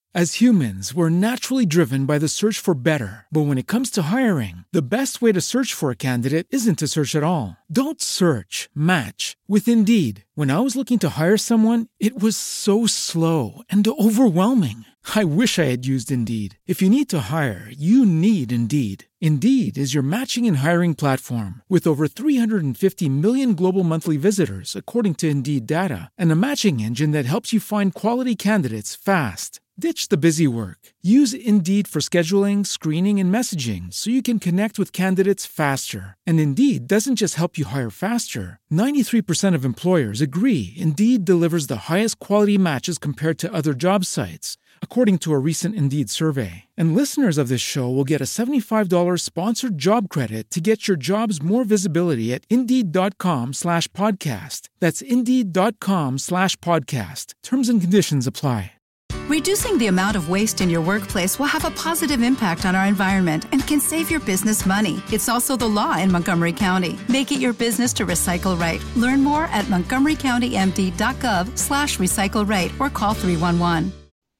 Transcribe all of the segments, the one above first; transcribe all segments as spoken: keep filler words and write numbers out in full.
As humans, we're naturally driven by the search for better. But when it comes to hiring, the best way to search for a candidate isn't to search at all. Don't search, match with Indeed. When I was looking to hire someone, it was so slow and overwhelming. I wish I had used Indeed. If you need to hire, you need Indeed. Indeed is your matching and hiring platform with over three hundred fifty million global monthly visitors, according to Indeed data, and a matching engine that helps you find quality candidates fast. Ditch the busy work. Use Indeed for scheduling, screening, and messaging so you can connect with candidates faster. And Indeed doesn't just help you hire faster. ninety-three percent of employers agree Indeed delivers the highest quality matches compared to other job sites, according to a recent Indeed survey. And listeners of this show will get a seventy-five dollars sponsored job credit to get your jobs more visibility at Indeed.com slash podcast. That's Indeed.com slash podcast. Terms and conditions apply. Reducing the amount of waste in your workplace will have a positive impact on our environment and can save your business money. It's also the law in Montgomery County. Make it your business to recycle right. Learn more at montgomerycountymd.gov slash recycle right or call three one one.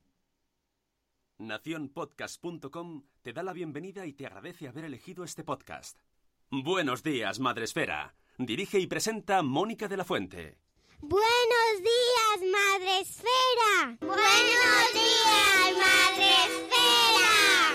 Nación Podcast punto com te da la bienvenida y te agradece haber elegido este podcast. Buenos días, Madresfera. Dirige y presenta Mónica de la Fuente. ¡Buenos días, Madresfera! ¡Buenos días, Madresfera!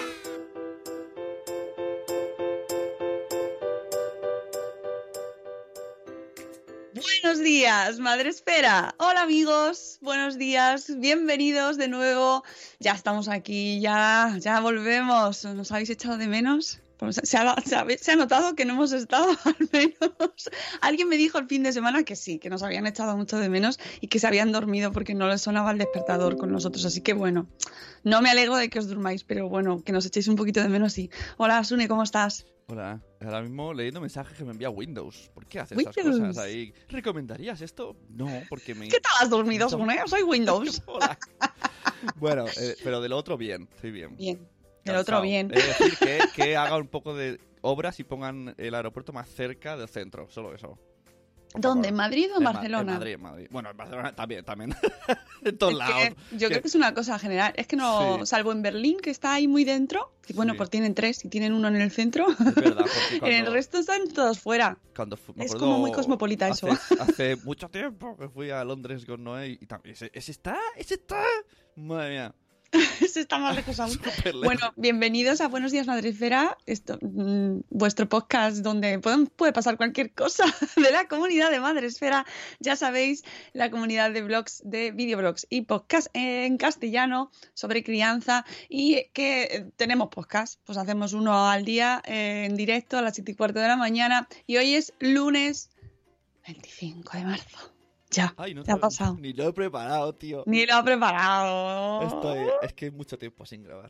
Buenos días, Madresfera. Hola amigos, buenos días, bienvenidos de nuevo. Ya estamos aquí, ya, ya volvemos. ¿Nos habéis echado de menos? Se ha, se, ha, se ha notado que no hemos estado, al menos. Alguien me dijo el fin de semana que sí, que nos habían echado mucho de menos y que se habían dormido porque no les sonaba el despertador con nosotros. Así que bueno, no me alegro de que os durmáis, pero bueno, que nos echéis un poquito de menos, sí. Hola, Sune, ¿cómo estás? Hola, ahora mismo leyendo mensajes que me envía Windows. ¿Por qué haces Windows. estas cosas ahí? ¿Recomendarías esto? No, porque me... ¿Qué tal has dormido, Sune? Soy Windows. Hola. Bueno, eh, pero de lo otro bien, estoy bien. Bien. El otro bien. Es decir, que, que haga un poco de obras y pongan el aeropuerto más cerca del centro, solo eso. ¿Dónde? ¿En Madrid o en Barcelona? En Madrid, en Madrid. Bueno, en Barcelona también, también. En todos es lados. Que yo creo que es una cosa general. Es que no, sí. Salvo en Berlín, que está ahí muy dentro, que bueno, sí. Pues tienen tres y tienen uno en el centro. Es verdad, porque cuando, en el resto están todos fuera. Cuando fu- me es como muy cosmopolita hace, eso. Hace mucho tiempo que fui a Londres con Noé y también. Ese, ese está, ese está. Madre mía. Ese está más lejos aún. Bueno, bienvenidos a Buenos Días, Madresfera, esto, mmm, vuestro podcast donde pueden, puede pasar cualquier cosa de la comunidad de Madresfera. Ya sabéis, la comunidad de blogs, de videoblogs y podcast en castellano sobre crianza, y que tenemos podcast, pues hacemos uno al día eh, en directo a las siete y cuarto de la mañana, y hoy es lunes veinticinco de marzo. Ya, Ay, no ya ha pasado. Ni lo he preparado, tío. Ni lo he preparado. Estoy, es que hay mucho tiempo sin grabar.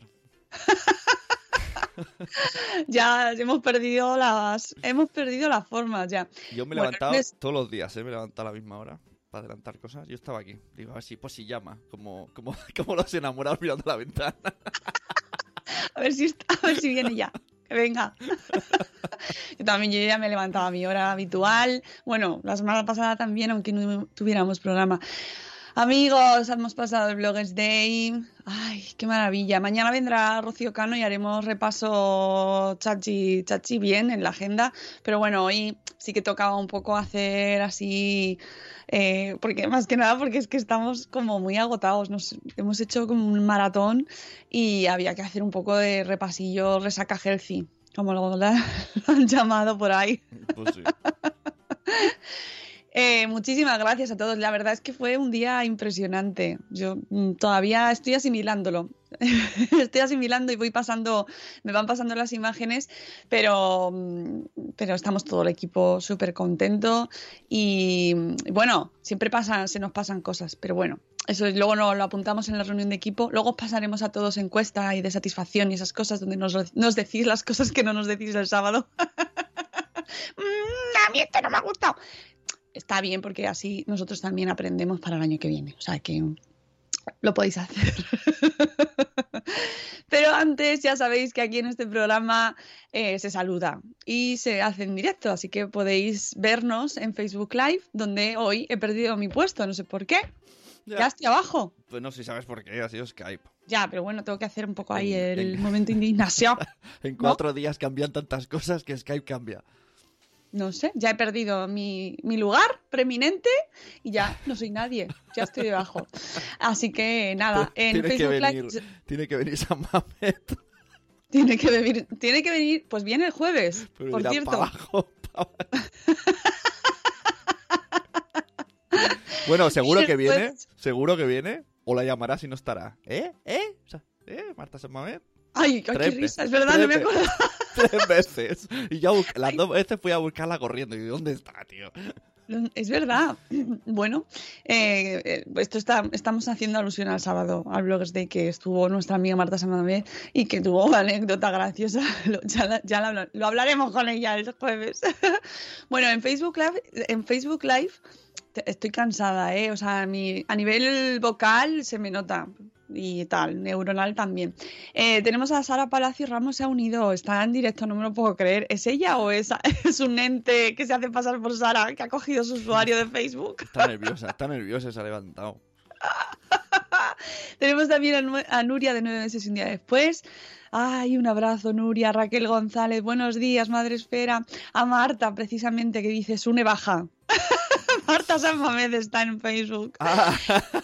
Ya hemos perdido las hemos perdido las formas ya. Yo me he bueno, levantado les... todos los días, ¿eh? Me he levantado a la misma hora para adelantar cosas. Yo estaba aquí. Digo, a ver si, pues si llama. Como, como, como los enamorados mirando la ventana. A ver si está, a ver si viene ya. Que venga. Yo también yo ya me levantaba a mi hora habitual. Bueno, la semana pasada también, aunque no tuviéramos programa. Amigos, hemos pasado el Bloggers Day. Ay, qué maravilla. Mañana vendrá Rocío Cano y haremos repaso chachi, chachi bien en la agenda. Pero bueno, hoy sí que tocaba un poco hacer así... Eh, porque más que nada porque es que estamos como muy agotados. Nos hemos hecho como un maratón y había que hacer un poco de repasillo resaca healthy, como lo, lo han llamado por ahí. Pues sí. Eh, muchísimas gracias a todos. La verdad es que fue un día impresionante. Yo mm, todavía estoy asimilándolo. Estoy asimilando y voy pasando, me van pasando las imágenes, pero, pero estamos todo el equipo súper contento y bueno, siempre pasan, se nos pasan cosas, pero bueno, eso luego no, lo apuntamos en la reunión de equipo. Luego os pasaremos a todos encuesta y de satisfacción y esas cosas donde nos, nos decís las cosas que no nos decís el sábado. A mí esto no me ha gustado. Está bien porque así nosotros también aprendemos para el año que viene, o sea que lo podéis hacer. Pero antes ya sabéis que aquí en este programa eh, se saluda y se hace en directo, así que podéis vernos en Facebook Live, donde hoy he perdido mi puesto, no sé por qué. Ya, ya estoy abajo. Pues no sé si sabes por qué, ha sido Skype. Ya, pero bueno, tengo que hacer un poco ahí En- el en- momento indignación. En cuatro días cambian tantas cosas que Skype cambia. No sé, ya he perdido mi, mi lugar preeminente y ya no soy nadie, ya estoy debajo. Así que nada, en tiene que Facebook venir, Live tiene que venir San Mamet. tiene que venir, tiene que venir, pues viene el jueves, Pero por dirá, cierto. "Pa' abajo, pa' abajo". Bueno, seguro Y que viene, después- seguro que viene, o la llamará si no estará. ¿Eh? ¿Eh? O sea, ¿eh? Marta San Mamet. Ay, ay, qué Tres risa, veces, es verdad, no me tres acuerdo. Tres veces. Y yo bus- las dos veces fui a buscarla corriendo. Y ¿dónde está, tío? Es verdad. Bueno, eh, eh, esto está, estamos haciendo alusión al sábado, al Bloggers Day, que estuvo nuestra amiga Marta Samamé y que tuvo una anécdota graciosa. Lo- Ya, la- ya la habla- lo hablaremos con ella el jueves. Bueno, en Facebook Live, en Facebook Live te- estoy cansada, ¿eh? O sea, mi- a nivel vocal se me nota. Y tal, neuronal también. Eh, tenemos a Sara Palacio Ramos, se ha unido, está en directo, no me lo puedo creer. ¿Es ella o es, es un ente que se hace pasar por Sara, que ha cogido su usuario de Facebook? Está nerviosa, está nerviosa, se ha levantado. Tenemos también a, Nu- a Nuria de nueve meses y un día después. Ay, un abrazo, Nuria. Raquel González, buenos días, Madre Esfera. A Marta, precisamente, que dice Sune baja. Marta San Mamés está en Facebook. Ah,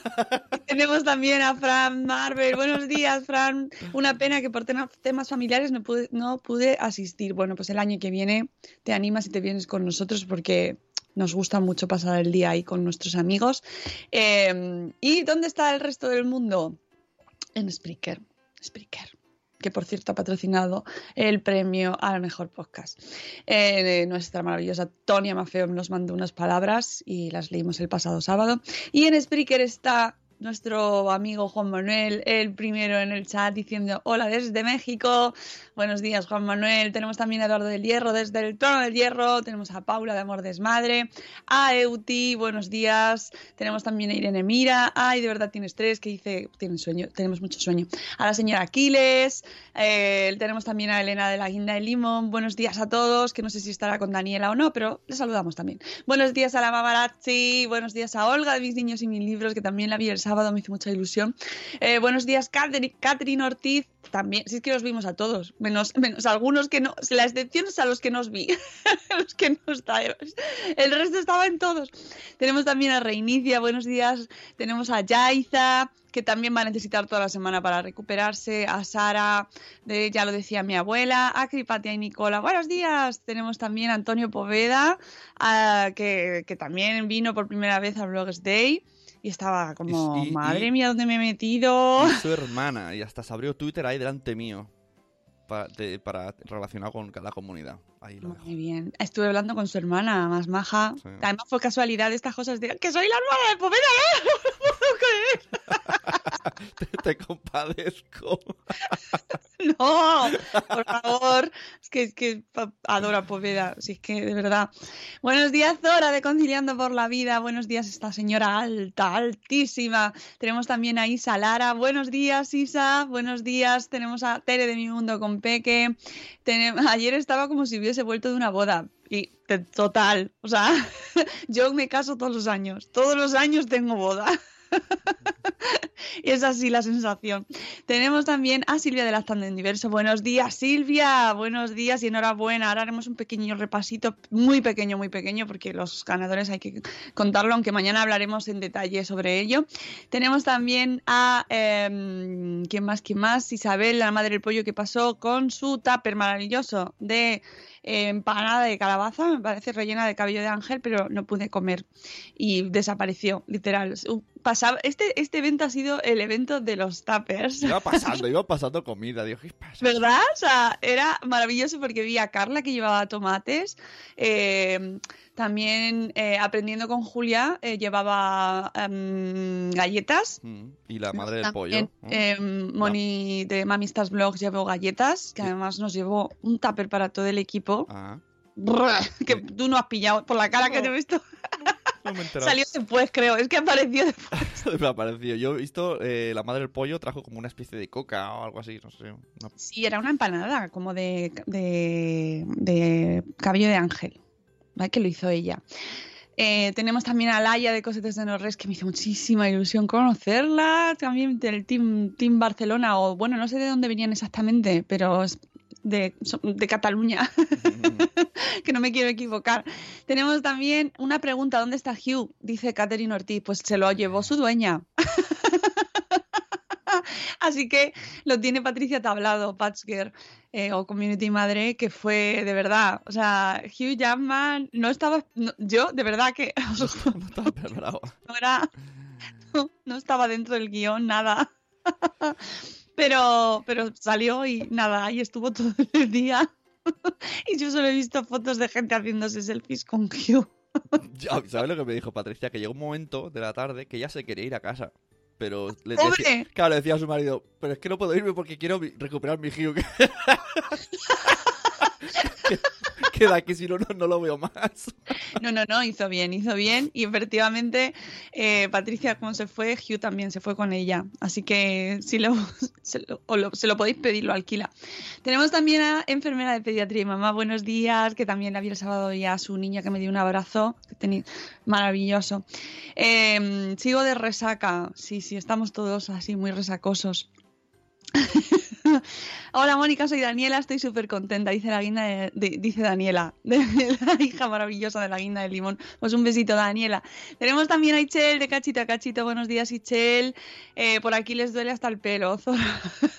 Tenemos también a Fran Marvel. Buenos días, Fran. Una pena que por tema- temas familiares no pude, no pude asistir. Bueno, pues el año que viene te animas y te vienes con nosotros porque nos gusta mucho pasar el día ahí con nuestros amigos. Eh, ¿Y dónde está el resto del mundo? En Spreaker. Spreaker. Que por cierto ha patrocinado el premio al mejor podcast. Eh, nuestra maravillosa Tonia Mafeo nos mandó unas palabras y las leímos el pasado sábado. Y en Spreaker está nuestro amigo Juan Manuel, el primero en el chat, diciendo hola desde México. Buenos días, Juan Manuel. Tenemos también a Eduardo del Hierro desde el Trono del Hierro. Tenemos a Paula de Amor Desmadre. A Euti, buenos días. Tenemos también a Irene Mira. Ay, de verdad tienes tres, que dice, tienes sueño, tenemos mucho sueño. A la señora Aquiles. Eh, tenemos también a Elena de la Guinda de Limón. Buenos días a todos, que no sé si estará con Daniela o no, pero le saludamos también. Buenos días a la Mamarazzi. Buenos días a Olga de Mis Niños y Mis Libros, que también la vi el sábado, me hizo mucha ilusión. Eh, buenos días, Catherine, Catherine Ortiz. También, si es que los vimos a todos, menos, menos algunos que no. La excepción es a los que nos vi, los que no estaban. El resto estaba en todos. Tenemos también a Reinicia, buenos días. Tenemos a Yaiza, que también va a necesitar toda la semana para recuperarse. A Sara, de, ya lo decía mi abuela. A Cripatia y Nicola, buenos días. Tenemos también a Antonio Poveda, a, que, que también vino por primera vez a Bloggers Day. Y estaba como, Y- y- madre y- mía, ¿dónde me he metido? y su hermana. Y hasta se abrió Twitter ahí delante mío. Para, de- para relacionado con la comunidad. Ahí lo dejo. Muy bien. Estuve hablando con su hermana, más maja. Sí. Además fue casualidad de estas cosas de que soy la hermana de Poveda, ¿eh? No lo puedo creer. te, te compadezco. No, por favor. Es que, es que pa- adoro a Poveda. Si es que, de verdad. Buenos días, Zora, de Conciliando por la Vida. Buenos días, esta señora alta, altísima. Tenemos también a Isa Lara. Buenos días, Isa. Buenos días. Tenemos a Tere de Mi Mundo con Peque. Tenem- Ayer estaba como si hubiese vuelto de una boda. Y te- total. O sea, yo me caso todos los años. Todos los años tengo boda. Y es así la sensación. Tenemos también a Silvia de Lactando en Diverso. Buenos días, Silvia. Buenos días y enhorabuena. Ahora haremos un pequeño repasito, muy pequeño, muy pequeño, porque los ganadores hay que contarlo, aunque mañana hablaremos en detalle sobre ello. Tenemos también a... Eh, ¿quién más? ¿Quién más? Isabel, la madre del pollo, que pasó con su tupper maravilloso de... Eh, empanada de calabaza, me parece rellena de cabello de ángel, pero no pude comer y desapareció, literal. Pasaba, este, este evento ha sido el evento de los tuppers. Iba pasando, iba pasando comida. Digo, ¿qué pasa? ¿Verdad? O sea, era maravilloso porque vi a Carla que llevaba tomates, eh, también eh, aprendiendo con Julia eh, llevaba um, galletas. Mm, Y la madre del También, pollo. ¿no? eh, Moni de Mamistas Vlogs llevó galletas, que Sí. además nos llevó un tupper para todo el equipo. Ah, Brr, que Sí. tú no has pillado por la cara que No. te he visto. no me he enterado. Salió después, creo. Es que apareció después. Me ha parecido. Yo he visto, eh, la madre del pollo trajo como una especie de coca o algo así, no sé. una- Sí, era una empanada, como de, de, de cabello de ángel. ¿Vale? Que lo hizo ella. Eh, tenemos también a Laia de Cosetes de Norres, que me hizo muchísima ilusión conocerla, también del Team, team Barcelona, o bueno, no sé de dónde venían exactamente, pero es de, de Cataluña, que no me quiero equivocar. Tenemos también una pregunta, ¿dónde está Hugh? Dice Catherine Ortiz, pues se lo llevó su dueña. Así que lo tiene Patricia Tablado, Patchgirl, eh, o Community Madre, que fue de verdad, o sea, Hugh Jackman no estaba, no, yo de verdad que No, no estaba preparado. no, era, no, no estaba dentro del guión, nada. Pero, pero salió y nada, ahí estuvo todo el día. Y yo solo he visto fotos de gente haciéndose selfies con Hugh. ¿Sabes lo que me dijo Patricia? Que llegó un momento de la tarde que ya se quería ir a casa. Pero le ¡Pobre! decía, claro, le decía a su marido, pero es que no puedo irme porque quiero mi- recuperar mi Hugh. que, que de aquí si no, no, no lo veo más. No, no, no, hizo bien, hizo bien. Y efectivamente, eh, Patricia, como se fue, Hugh también se fue con ella. Así que si lo, se, lo, o lo, se lo podéis pedir, lo alquila. Tenemos también a enfermera de pediatría y mamá, buenos días, que también la vi el sábado ya a su niña que me dio un abrazo. Que tenía, maravilloso. Eh, sigo de resaca. Sí, sí, estamos todos así muy resacosos. Hola Mónica, soy Daniela, estoy súper contenta, dice la guinda de, de- dice Daniela, de, de la hija maravillosa de la guinda de limón. Pues un besito, Daniela. Tenemos también a Ichel de Cachito a Cachito, buenos días Ichel. Eh, por aquí les duele hasta el pelo, Zora.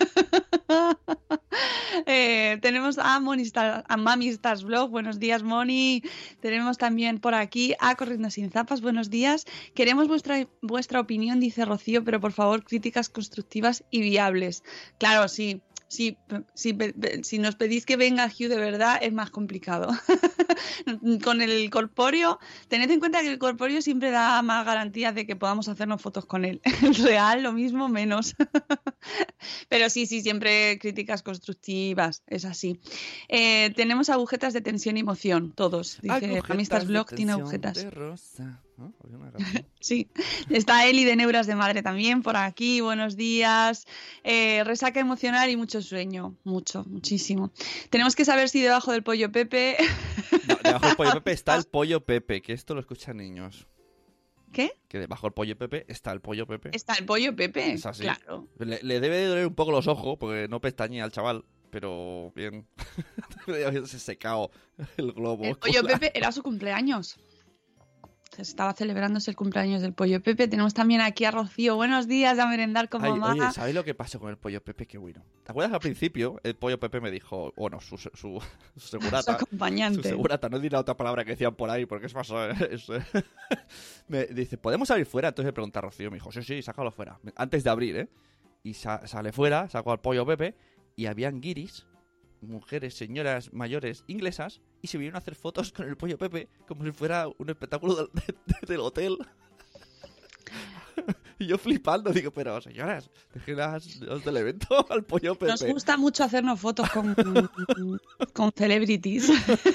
Eh, tenemos a, Moni Star- a Mami Stars Blog, buenos días Moni. Tenemos también por aquí a Corriendo Sin Zapas, buenos días. Queremos vuestra, vuestra opinión, dice Rocío, pero por favor críticas constructivas y viables. Claro, sí. Si, si, si nos pedís que venga Hugh de verdad es más complicado. Con el corpóreo, tened en cuenta que el corpóreo siempre da más garantías de que podamos hacernos fotos con él. El real, lo mismo, menos. Pero sí, sí, siempre críticas constructivas, es así. Eh, tenemos agujetas de tensión y emoción, todos. Dice Amistas Blog tiene agujetas. De rosa. ¿No? Había una canción. Sí, está Eli de Neuras de Madre también por aquí, buenos días. Eh, resaca emocional y mucho sueño, mucho, muchísimo. Tenemos que saber si debajo del pollo Pepe... No, debajo del pollo Pepe está el pollo Pepe, que esto lo escuchan niños. ¿Qué? Que debajo del pollo Pepe está el pollo Pepe. Está el pollo Pepe, Es así. claro. Le, le debe de doler un poco los ojos porque no pestañea al chaval, pero bien. Debe haberse secado el globo. El pollo ocular. Pepe era su cumpleaños. Se estaba celebrándose el cumpleaños del pollo Pepe. Tenemos también aquí a Rocío. Buenos días, a merendar con Ay, mamá. oye, ¿sabéis lo que pasó con el pollo Pepe? Qué bueno. ¿Te acuerdas al principio? El pollo Pepe me dijo, bueno, su, su, su Su segurata. acompañante. Su segurata, no diré la otra palabra que decían por ahí, porque es más. Es, me dice, ¿podemos salir fuera? Entonces le pregunté a Rocío, me dijo, sí, sí, sácalo fuera. Antes de abrir, ¿eh? Y sa sale fuera, sacó al pollo Pepe, y habían guiris, mujeres, señoras mayores inglesas, y se vinieron a hacer fotos con el pollo Pepe como si fuera un espectáculo del, de, de, del hotel. Y yo flipando, digo, pero señoras, déjenlas los del evento al pollo Pepe. Nos gusta mucho hacernos fotos con, con celebrities.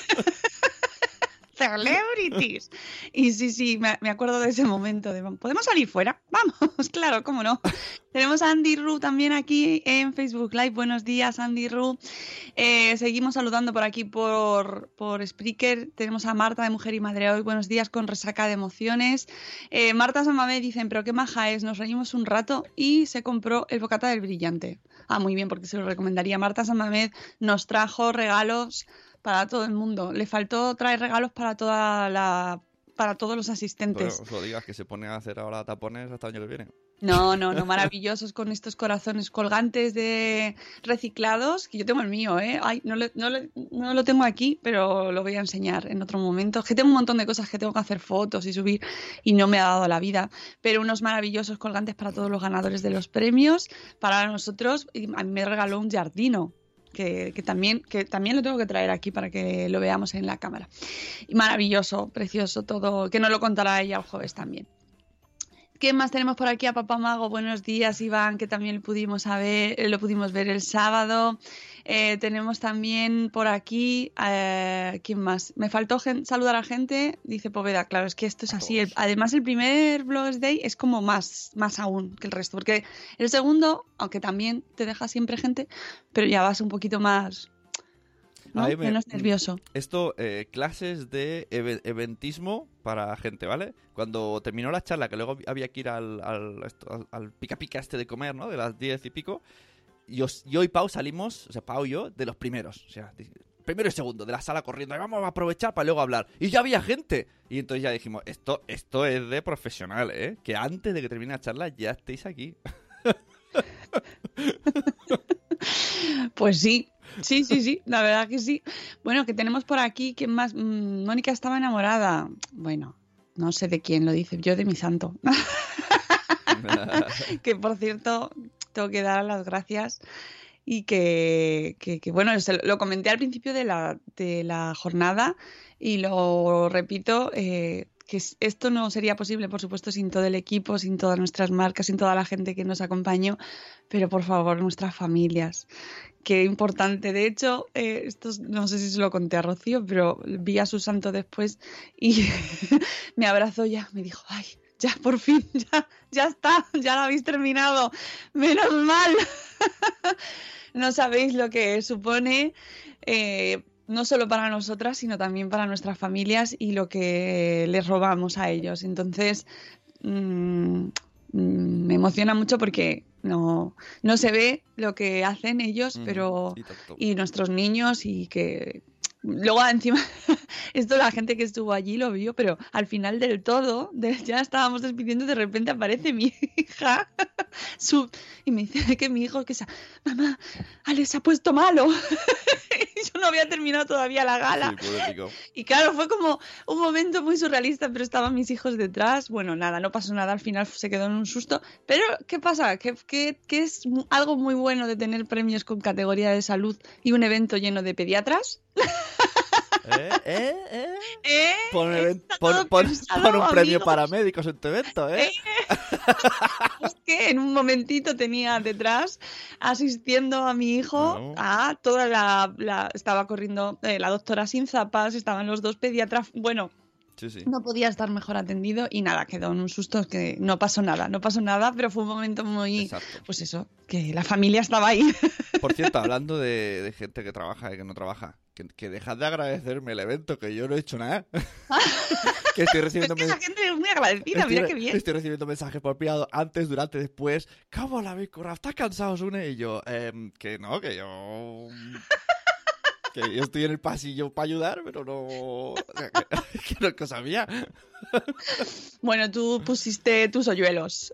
Celebrities. Y sí, sí, me, me acuerdo de ese momento. De, ¿podemos salir fuera? Vamos, claro, cómo no. Tenemos a Andy Ru también aquí en Facebook Live. Buenos días, Andy Ru. Eh, seguimos saludando por aquí por, por Spreaker. Tenemos a Marta de Mujer y Madre Hoy. Buenos días con resaca de emociones. Eh, Marta Samamé dicen, pero qué maja es. Nos reímos un rato y se compró el bocata del brillante. Ah, muy bien, porque se lo recomendaría. Marta Samamé nos trajo regalos para todo el mundo. Le faltó traer regalos para toda la para todos los asistentes. Bueno, os lo digas, que se pone a hacer ahora tapones hasta el año que viene. No, no, no, maravillosos con estos corazones colgantes de reciclados, que yo tengo el mío, ¿eh? Ay, no, le, no, le, no lo tengo aquí, pero lo voy a enseñar en otro momento. Es que tengo un montón de cosas que tengo que hacer fotos y subir y no me ha dado la vida, pero unos maravillosos colgantes para todos los ganadores de los premios, para nosotros, y a mí me regaló un Giardino. Que, que, también, que también lo tengo que traer aquí para que lo veamos en la cámara. Y maravilloso, precioso todo, que nos lo contará ella el jueves también. ¿Qué más tenemos por aquí? A Papá Mago, buenos días, Iván, que también lo pudimos, ver, lo pudimos ver el sábado. Eh, tenemos también por aquí, eh, ¿quién más? Me faltó gen- saludar a gente, dice Poveda, claro, es que esto es así. El, además, el primer Blogs Day es como más, más aún que el resto, porque el segundo, aunque también te deja siempre gente, pero ya vas un poquito más... ¿no? Ahí me- Menos nervioso. Esto, eh, clases de eve- eventismo para gente, ¿vale? Cuando terminó la charla, que luego había que ir al, al, esto- al- al pica pica este de comer, ¿no? De las diez y pico. Yo, yo y Pau salimos, o sea, Pau y yo, de los primeros. O sea, de- primero y segundo, de la sala corriendo. Y vamos a aprovechar para luego hablar. Y ya había gente. Y entonces ya dijimos, esto, esto es de profesional, ¿eh? Que antes de que termine la charla ya estéis aquí. Pues sí, sí, sí, sí, la verdad que sí. Bueno, que tenemos por aquí, ¿quién más? Mm, Mónica estaba enamorada. Bueno, no sé de quién lo dice, yo de mi santo. Que por cierto, tengo que dar las gracias y que, que, que, bueno, se lo, lo comenté al principio de la, de la jornada y lo repito, eh, que es- esto no sería posible, por supuesto, sin todo el equipo, sin todas nuestras marcas, sin toda la gente que nos acompañó, pero por favor, nuestras familias. Qué importante. De hecho, eh, esto es- no sé si se lo conté a Rocío, pero vi a su santo después y me abrazó ya, me dijo, ay, ya por fin, ya, ya está, ya lo habéis terminado, menos mal. No sabéis lo que supone, eh, no solo para nosotras, sino también para nuestras familias y lo que les robamos a ellos. Entonces, mm, mm, me emociona mucho porque no, no se ve lo que hacen ellos, Mm, pero y tanto. y nuestros niños y que luego encima esto la gente que estuvo allí lo vio, pero al final del todo de- ya estábamos despidiendo y de repente aparece mi hija su, y me dice que mi hijo que se, mamá, Alex se ha puesto malo. Y yo no había terminado todavía la gala. Sí, pobrecito. Y claro, fue como un momento muy surrealista, pero estaban mis hijos detrás. Bueno, nada, no pasó nada, al final se quedó en un susto. Pero, ¿qué pasa? Que, que, que es mu- algo muy bueno de tener premios con categoría de salud y un evento lleno de pediatras. ¿Eh? ¿Eh? ¿Eh? ¿Eh? Pon, even- Está pon- todo pon- pensado, pon un premio amigos. para médicos en tu evento, ¿eh? Es que en un momentito tenía detrás asistiendo a mi hijo Claro. a toda la, la- estaba corriendo eh, la doctora sin zapas, estaban los dos pediatras, bueno, Sí, sí. no podía estar mejor atendido y nada, quedó en un susto que no pasó nada, no pasó nada, pero fue un momento muy, Exacto. pues eso, que la familia estaba ahí. Por cierto, hablando de, de gente que trabaja y que no trabaja, que, que dejad de agradecerme el evento, que yo no he hecho nada. Que estoy Es recibiendo que la men- gente es muy agradecida, estoy, mira qué bien. estoy recibiendo mensajes por privado antes, durante, después. ¿Cómo la habéis currado? ¿Estás cansado, Sune? Y yo, em, que no, que yo... Que yo estoy en el pasillo para ayudar, pero no... Que, que no es cosa mía. Bueno, tú pusiste tus hoyuelos.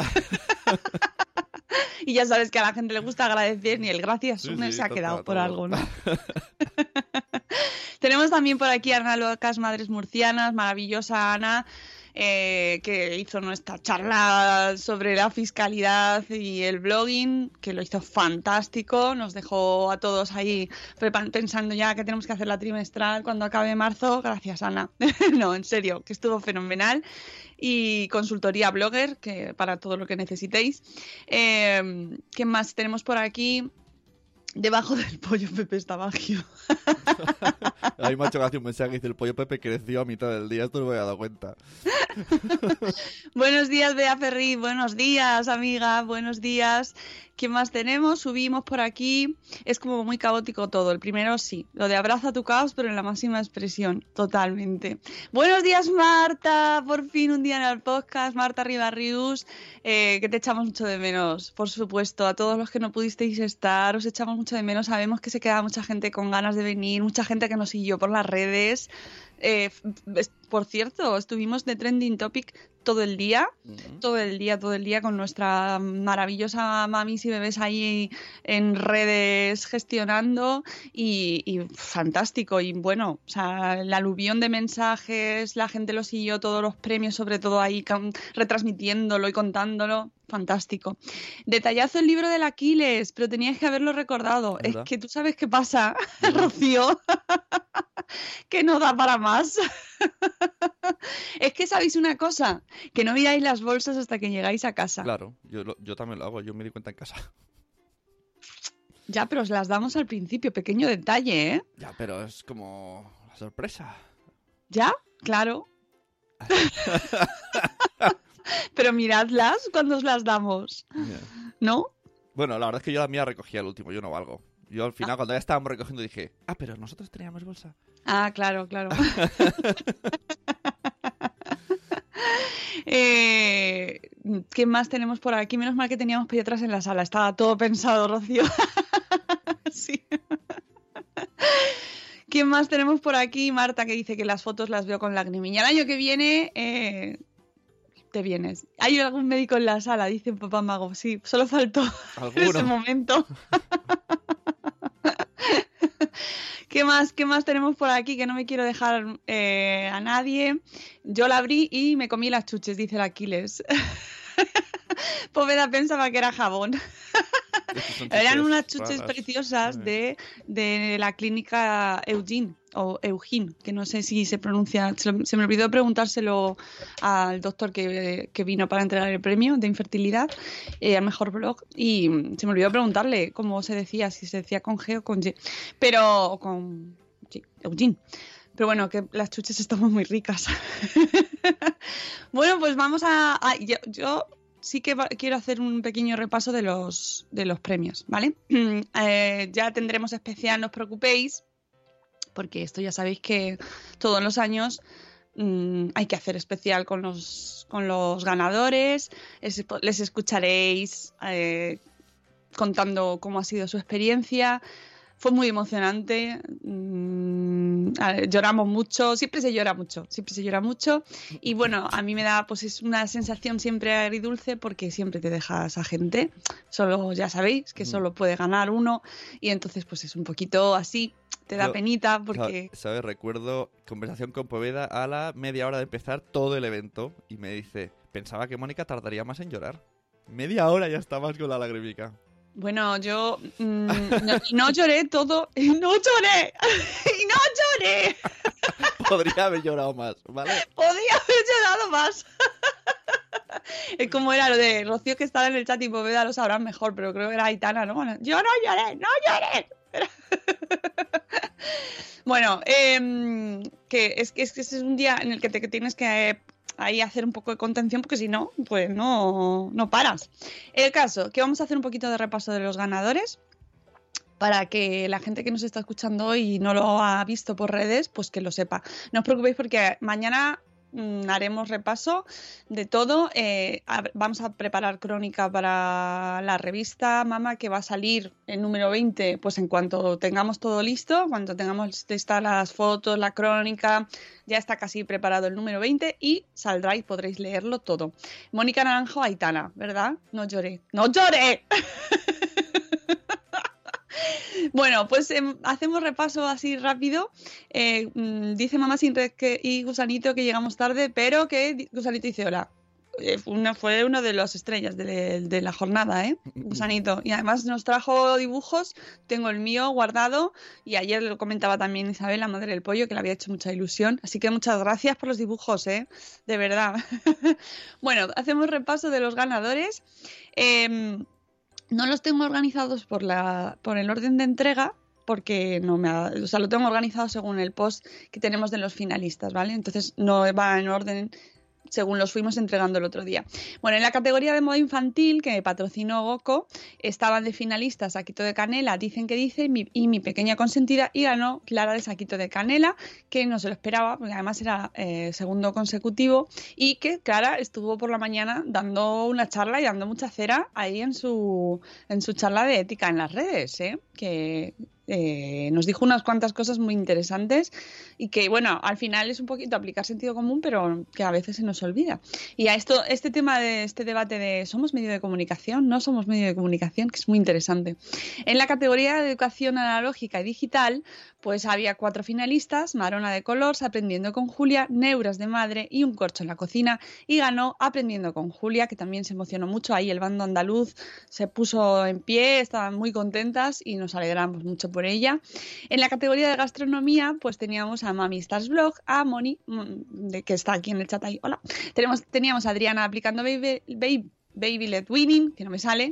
Y ya sabes que a la gente le gusta agradecer, ni el gracias Sí, Sune sí, se ha total, quedado por todo. algo, ¿no? Tenemos también por aquí a Ana Locas, Madres Murcianas, maravillosa Ana, eh, que hizo nuestra charla sobre la fiscalidad y el blogging, que lo hizo fantástico, nos dejó a todos ahí prepa- pensando ya que tenemos que hacer la trimestral cuando acabe marzo. Gracias, Ana. No, en serio, que estuvo fenomenal. Y consultoría blogger, que para todo lo que necesitéis. Eh, ¿Qué más tenemos por aquí? Debajo del pollo Pepe está Bagio. A mí me ha hecho gracia un mensaje que dice: el pollo Pepe creció a mitad del día. Esto no me había dado cuenta. Buenos días, Bea Ferri. Buenos días, amiga. Buenos días. ¿Qué más tenemos? Subimos por aquí. Es como muy caótico todo. El primero sí. Lo de abraza tu caos, pero en la máxima expresión. Totalmente. Buenos días, Marta. Por fin un día en el podcast. Marta Ribarrius. Eh, que te echamos mucho de menos. Por supuesto. A todos los que no pudisteis estar, os echamos mucho de menos. Sabemos que se queda mucha gente con ganas de venir. Mucha gente que nos siguió por las redes. Eh, es- por cierto, estuvimos de Trending Topic todo el día, Ujú. todo el día, todo el día con nuestra maravillosa mamis y bebés ahí en redes gestionando y, y fantástico. Y bueno, o sea, el aluvión de mensajes, la gente lo siguió, todos los premios, sobre todo ahí con- retransmitiéndolo y contándolo. Fantástico. Detallazo el libro del Aquiles, pero tenías que haberlo recordado. ¿Verdad? Es que tú sabes qué pasa, Rocío, que no da para más. Es que sabéis una cosa, que no miráis las bolsas hasta que llegáis a casa. Claro, yo, lo- yo también lo hago. Yo me di cuenta en casa. Ya, pero os las damos al principio, pequeño detalle, ¿eh? Ya, pero es como la sorpresa. ¿Ya? Claro. Pero miradlas cuando os las damos, Ya. ¿no? Bueno, la verdad es que yo la mía recogía el último. Yo no valgo. Yo al final, Ah. cuando ya estábamos recogiendo, dije, ah, pero nosotros teníamos bolsa. Ah, claro, claro. eh, ¿Qué más tenemos por aquí? Menos mal que teníamos pediatras en la sala. Estaba todo pensado, Rocío. Sí. ¿Qué más tenemos por aquí? Marta, que dice que las fotos las veo con lagrimilla. El año que viene eh, te vienes. ¿Hay algún médico en la sala? Dice Papá Mago. Sí, solo faltó en ese Alguno. momento. ¿Qué más, ¿Qué más tenemos por aquí? Que no me quiero dejar eh, a nadie. Yo la abrí y me comí las chuches, dice el Aquiles. Poveda pensaba que era jabón. Eran unas chuches raras. preciosas Sí. de, de la clínica Eugene, o Eugene, que no sé si se pronuncia. Se, lo- se me olvidó preguntárselo al doctor que, que vino para entregar el premio de infertilidad, eh, al mejor blog, y se me olvidó preguntarle cómo se decía, si se decía con G o con Y. Pero o con sí, Eugene. Pero bueno, que las chuches estaban muy ricas. Bueno, pues vamos a... a- yo, yo sí que va- quiero hacer un pequeño repaso de los, de los premios, ¿vale? Eh, ya tendremos especial, no os preocupéis, porque esto ya sabéis que todos los años mm, hay que hacer especial con los, con los ganadores. Es- les escucharéis eh, contando cómo ha sido su experiencia. Fue muy emocionante, mm, a ver, lloramos mucho, siempre se llora mucho, siempre se llora mucho y bueno, a mí me da pues es una sensación siempre agridulce porque siempre te deja esa gente, solo ya sabéis que solo puede ganar uno y entonces pues es un poquito así, te da Yo- penita porque... Sa- ¿Sabes? Recuerdo conversación con Poveda a la media hora de empezar todo el evento y me dice, pensaba que Mónica tardaría más en llorar. Media hora ya estabas con la lagrimica. Bueno, yo mm, no, y no lloré todo, y no lloré, y no lloré. Podría haber llorado más, ¿vale? Podía haber llorado más. Es como era lo de Rocío que estaba en el chat y Poveda lo sabrán mejor, pero creo que era Aitana, ¿no? Yo no lloré, no lloré. Bueno, eh, que es que es que ese es un día en el que te que tienes que eh, ahí hacer un poco de contención porque si no, pues no, no paras. El caso, que vamos a hacer un poquito de repaso de los ganadores para que la gente que nos está escuchando y no lo ha visto por redes, pues que lo sepa. No os preocupéis porque mañana mm, haremos repaso de todo. Eh, a- vamos a preparar crónica para la revista Mama que va a salir en número veinte, pues en cuanto tengamos todo listo, cuando tengamos listas las fotos, la crónica, ya está casi preparado el número veinte y saldrá y podréis leerlo todo. Mónica Naranjo, Aitana, ¿verdad? No lloré. ¡No lloré! Bueno, pues eh, hacemos repaso así rápido. Eh, mm, dice Mamá Sin Red que, y Gusanito que llegamos tarde, pero que di- Gusanito dice hola. Eh, una, fue uno de las estrellas de, de la jornada, ¿eh? Gusanito. Y además nos trajo dibujos. Tengo el mío guardado y ayer lo comentaba también Isabel, la madre del pollo, que le había hecho mucha ilusión. Así que muchas gracias por los dibujos, ¿eh? De verdad. Bueno, hacemos repaso de los ganadores. Eh, No los tengo organizados por la por el orden de entrega porque no me ha, o sea, lo tengo organizado según el post que tenemos de los finalistas, ¿vale? Entonces no va en orden según los fuimos entregando el otro día. Bueno, en la categoría de moda infantil que patrocinó Goco estaban de finalistas Saquito de Canela, Dicen que Dice mi, y Mi Pequeña Consentida y ganó Clara de Saquito de Canela, que no se lo esperaba porque además era eh, segundo consecutivo y que Clara estuvo por la mañana dando una charla y dando mucha cera ahí en su, en su charla de ética en las redes, ¿eh? Que eh, nos dijo unas cuantas cosas muy interesantes y que, bueno, al final es un poquito aplicar sentido común, pero que a veces se nos olvida. Y a esto, este tema de este debate de ¿somos medio de comunicación? ¿No somos medio de comunicación? Que es muy interesante. En la categoría de educación analógica y digital, pues había cuatro finalistas, Marona de Colors, Aprendiendo con Julia, Neuras de Madre y Un Corcho en la Cocina, y ganó Aprendiendo con Julia, que también se emocionó mucho. Ahí el bando andaluz se puso en pie, estaban muy contentas y nos alegramos mucho por ella. En la categoría de gastronomía, pues teníamos a Mami Stars Blog, a Moni, de, que está aquí en el chat ahí, hola. Tenemos, teníamos a Adriana aplicando Baby, Baby, Baby Led Winning, que no me sale.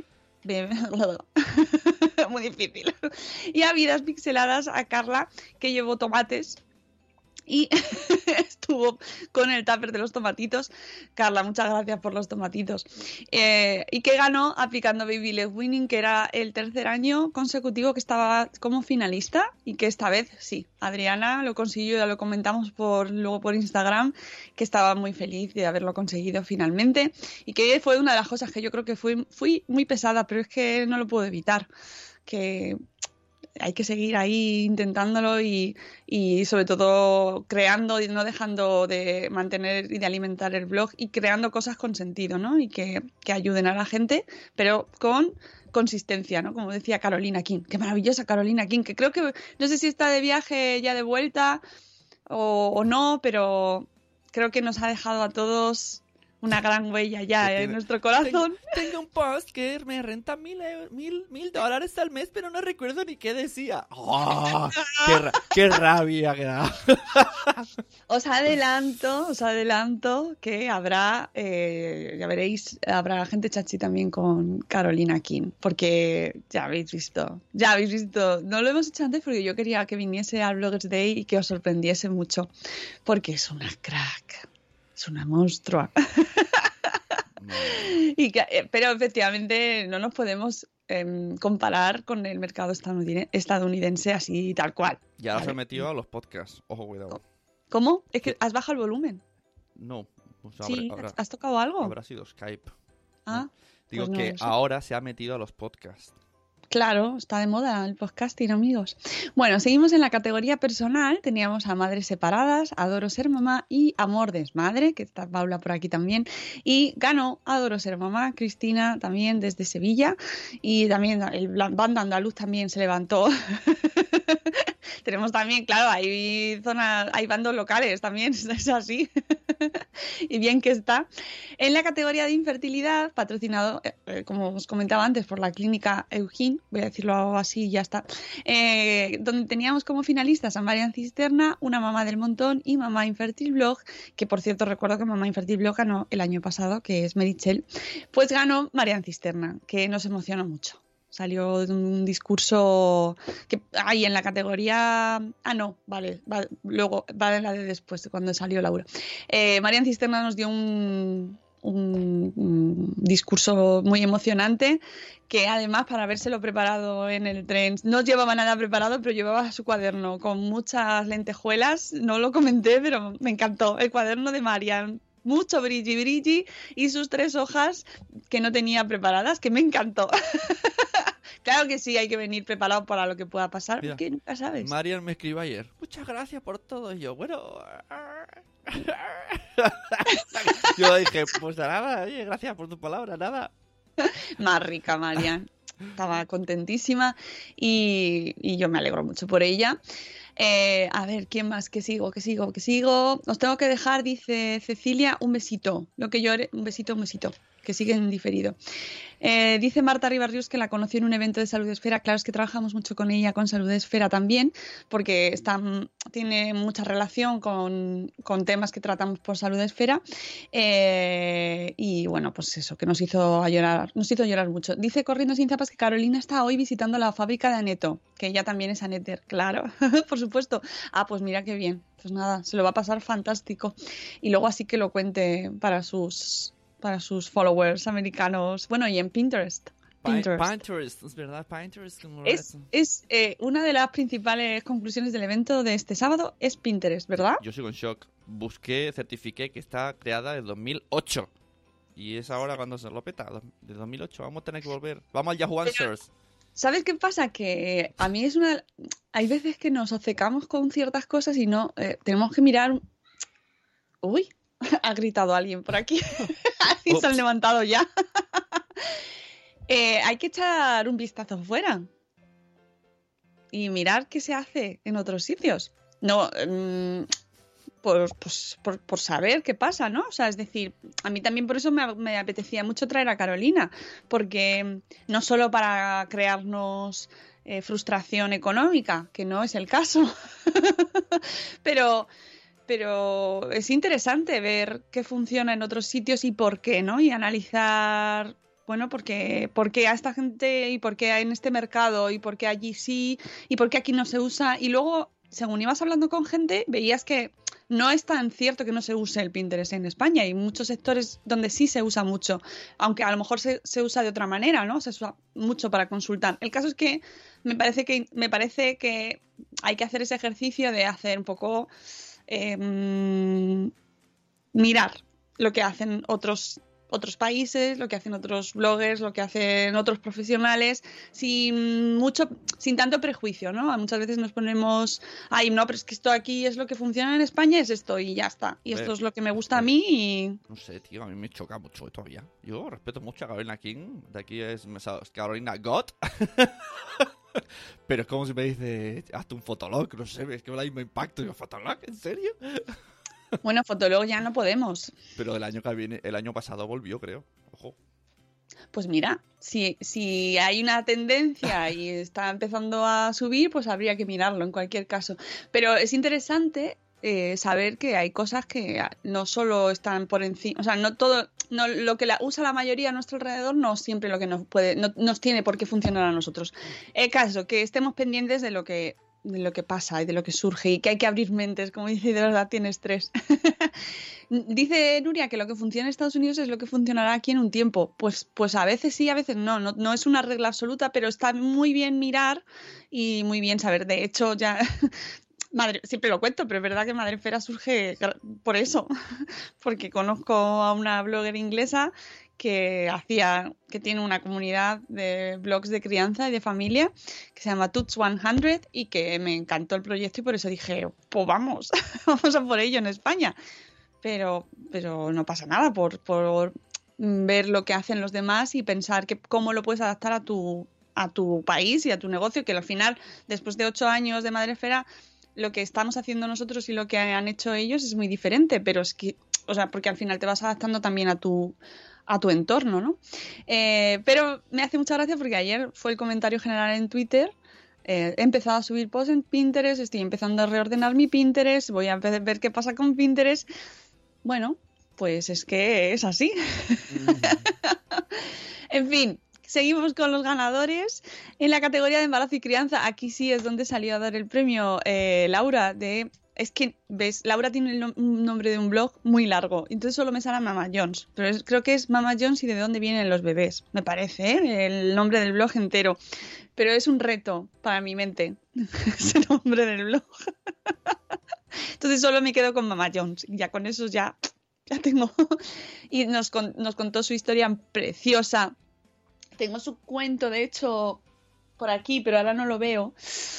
Muy difícil. Y a Vidas Pixeladas a Carla, que llevó tomates Y estuvo con el tupper de los tomatitos. Carla, muchas gracias por los tomatitos. Eh, y que ganó aplicando Baby Led Winning, que era el tercer año consecutivo que estaba como finalista y que esta vez sí, Adriana lo consiguió, ya lo comentamos por luego por Instagram, que estaba muy feliz de haberlo conseguido finalmente y que fue una de las cosas que yo creo que fui, fui muy pesada, pero es que no lo puedo evitar, que hay que seguir ahí intentándolo y, y sobre todo creando y no dejando de mantener y de alimentar el blog y creando cosas con sentido, ¿no? Y que, que ayuden a la gente, pero con consistencia, ¿no? Como decía Carolina King. Qué maravillosa Carolina King, que creo que, no sé si está de viaje ya de vuelta o, o no, pero creo que nos ha dejado a todos una gran huella ya en nuestro corazón. Tengo, tengo un post que me renta mil, mil, mil dólares al mes, pero no recuerdo ni qué decía. ¡Oh! ¡Qué, ra- qué rabia que da! Os adelanto, os adelanto que habrá, eh, ya veréis, habrá gente chachi también con Carolina King, porque ya habéis visto, ya habéis visto, no lo hemos hecho antes porque yo quería que viniese al Bloggers Day y que os sorprendiese mucho, porque es una crack. Es una monstrua. y que, eh, pero efectivamente no nos podemos eh, comparar con el mercado estadounidense, estadounidense así tal cual. Ya ¿vale? se ha metido a los podcasts. Ojo, cuidado. ¿Cómo? Es que has bajado el volumen. No. Pues Sí, habrá, ¿has tocado algo? habrá sido Skype. Ah, ¿no? Digo pues no que lo sé. ahora se ha metido a los podcasts. Claro, está de moda el podcasting, amigos. Bueno, seguimos en la categoría personal. Teníamos a Madres Separadas, Adoro Ser Mamá y Amor Desmadre, que está Paula por aquí también. Y ganó Adoro Ser Mamá, Cristina también desde Sevilla. Y también el banda andaluz también se levantó. Tenemos también, claro, hay zonas, hay bandos locales también, es así. Y bien que está. En la categoría de infertilidad, patrocinado, eh, como os comentaba antes, por la clínica Eugene, voy a decirlo así y ya está, eh, donde teníamos como finalistas a Marian Cisterna, Una Mamá del Montón y Mamá Infértil Blog, que por cierto recuerdo que Mamá Infértil Blog ganó el año pasado, que es Merichel, pues ganó Marian Cisterna, que nos emocionó mucho. Salió de un discurso que ahí en la categoría... Ah, no, vale, vale luego, vale la de después, cuando salió Laura. Eh, Marian Cisterna nos dio un, un, un discurso muy emocionante que además para habérselo preparado en el tren, no llevaba nada preparado, pero llevaba su cuaderno con muchas lentejuelas. No lo comenté, pero me encantó. El cuaderno de Marian. Mucho brilli brilli y sus tres hojas que no tenía preparadas, que me encantó. Claro que sí, hay que venir preparado para lo que pueda pasar, Mira, porque nunca sabes. Marian me escribió ayer. Muchas gracias por todo. Y yo, bueno... yo dije, pues nada, oye, gracias por tu palabra, nada. Más rica, Marian. Estaba contentísima y, y yo me alegro mucho por ella. Eh, a ver, ¿quién más? Que sigo, que sigo, que sigo. Os tengo que dejar, dice Cecilia, un besito. Lo que llore, un besito, un besito. Que sigue en diferido. Eh, dice Marta Ribarrius que la conoció en un evento de Salud Esfera. Claro, es que trabajamos mucho con ella, con Salud Esfera también, porque está, tiene mucha relación con, con temas que tratamos por Salud Esfera. Eh, y bueno, pues eso, que nos hizo llorar, nos hizo llorar mucho. Dice Corriendo Sin Zapas que Carolina está hoy visitando la fábrica de Aneto, que ella también es Aneter, claro, por supuesto. Ah, pues mira qué bien. Pues nada, se lo va a pasar fantástico. Y luego así que lo cuente para sus... para sus followers americanos. Bueno, y en Pinterest. Pinterest, Pinterest es verdad, Pinterest. Es, es eh, una de las principales conclusiones del evento de este sábado, es Pinterest, ¿verdad? Yo sigo en shock. Busqué, certifiqué que está creada en dos mil ocho. Y es ahora cuando se lo peta, de dos mil ocho. Vamos a tener que volver. Vamos al Yahoo Answers. ¿Sabes qué pasa? Que a mí es una... Hay veces que nos obcecamos con ciertas cosas y no... Eh, tenemos que mirar... Uy, ha gritado alguien por aquí. Y se han levantado ya. eh, hay que echar un vistazo fuera y mirar qué se hace en otros sitios. No, mmm, por, pues, por, por saber qué pasa, ¿no? O sea, es decir, a mí también por eso me, me apetecía mucho traer a Carolina, porque no solo para crearnos eh, frustración económica, que no es el caso, pero... pero es interesante ver qué funciona en otros sitios y por qué, ¿no? Y analizar, bueno, por qué, por qué a esta gente y por qué en este mercado y por qué allí sí y por qué aquí no se usa. Y luego según ibas hablando con gente, veías que no es tan cierto que no se use el Pinterest en España. Hay muchos sectores donde sí se usa mucho, aunque a lo mejor se, se usa de otra manera, ¿no? Se usa mucho para consultar. El caso es que me parece que, me parece que hay que hacer ese ejercicio de hacer un poco... Eh, mirar lo que hacen otros otros países, lo que hacen otros bloggers, lo que hacen otros profesionales, sin mucho, sin tanto prejuicio, ¿no? Muchas veces nos ponemos, ay, no, pero es que esto aquí es lo que funciona en España, es esto y ya está. Y esto es lo que me gusta a mí y... No sé, tío, a mí me choca mucho todavía. Yo respeto mucho a Carolina King, de aquí es, es Carolina God. Pero es como si me dice, hazte un fotolog, no sé, es que me da el mismo impacto. Digo, ¿fotolog? ¿En serio? Bueno, Fotolog ya no podemos. Pero el año que viene, el año pasado volvió, creo. Ojo. Pues mira, si, si hay una tendencia y está empezando a subir, pues habría que mirarlo en cualquier caso. Pero es interesante eh, saber que hay cosas que no solo están por encima, o sea, no todo, no, lo que la, usa la mayoría a nuestro alrededor no siempre lo que nos puede, no, nos tiene por qué funcionar a nosotros. El caso, que estemos pendientes de lo que de lo que pasa y de lo que surge y que hay que abrir mentes, como dice, de verdad tienes tres. Dice Nuria que lo que funciona en Estados Unidos es lo que funcionará aquí en un tiempo. Pues, pues a veces sí, a veces no. no. No es una regla absoluta, pero está muy bien mirar y muy bien saber. De hecho, ya... Madre, siempre lo cuento, pero es verdad que Madrefera surge por eso. Porque conozco a una blogger inglesa que hacía, que tiene una comunidad de blogs de crianza y de familia que se llama Tuts cien y que me encantó el proyecto y por eso dije, pues vamos, vamos a por ello en España. Pero, pero no pasa nada por, por ver lo que hacen los demás y pensar que cómo lo puedes adaptar a tu, a tu país y a tu negocio, que al final, después de ocho años de Madrefera, lo que estamos haciendo nosotros y lo que han hecho ellos es muy diferente, pero es que, o sea, porque al final te vas adaptando también a tu a tu entorno, ¿no? Eh, pero me hace mucha gracia porque ayer fue el comentario general en Twitter. Eh, he empezado a subir posts en Pinterest, estoy empezando a reordenar mi Pinterest, voy a ver qué pasa con Pinterest. Bueno, pues es que es así. Mm. En fin, seguimos con los ganadores. En la categoría de embarazo y crianza, aquí sí es donde salió a dar el premio eh, Laura de... Es que, ¿ves? Laura tiene el no- un nombre de un blog muy largo, entonces solo me sale Mama Jones, pero es, creo que es Mama Jones y de dónde vienen los bebés, me parece, ¿eh? El nombre del blog entero, pero es un reto para mi mente, ese nombre del blog. Entonces solo me quedo con Mama Jones, y ya con eso ya, ya tengo. Y nos, con, nos contó su historia preciosa. Tengo su cuento, de hecho... por aquí, pero ahora no lo veo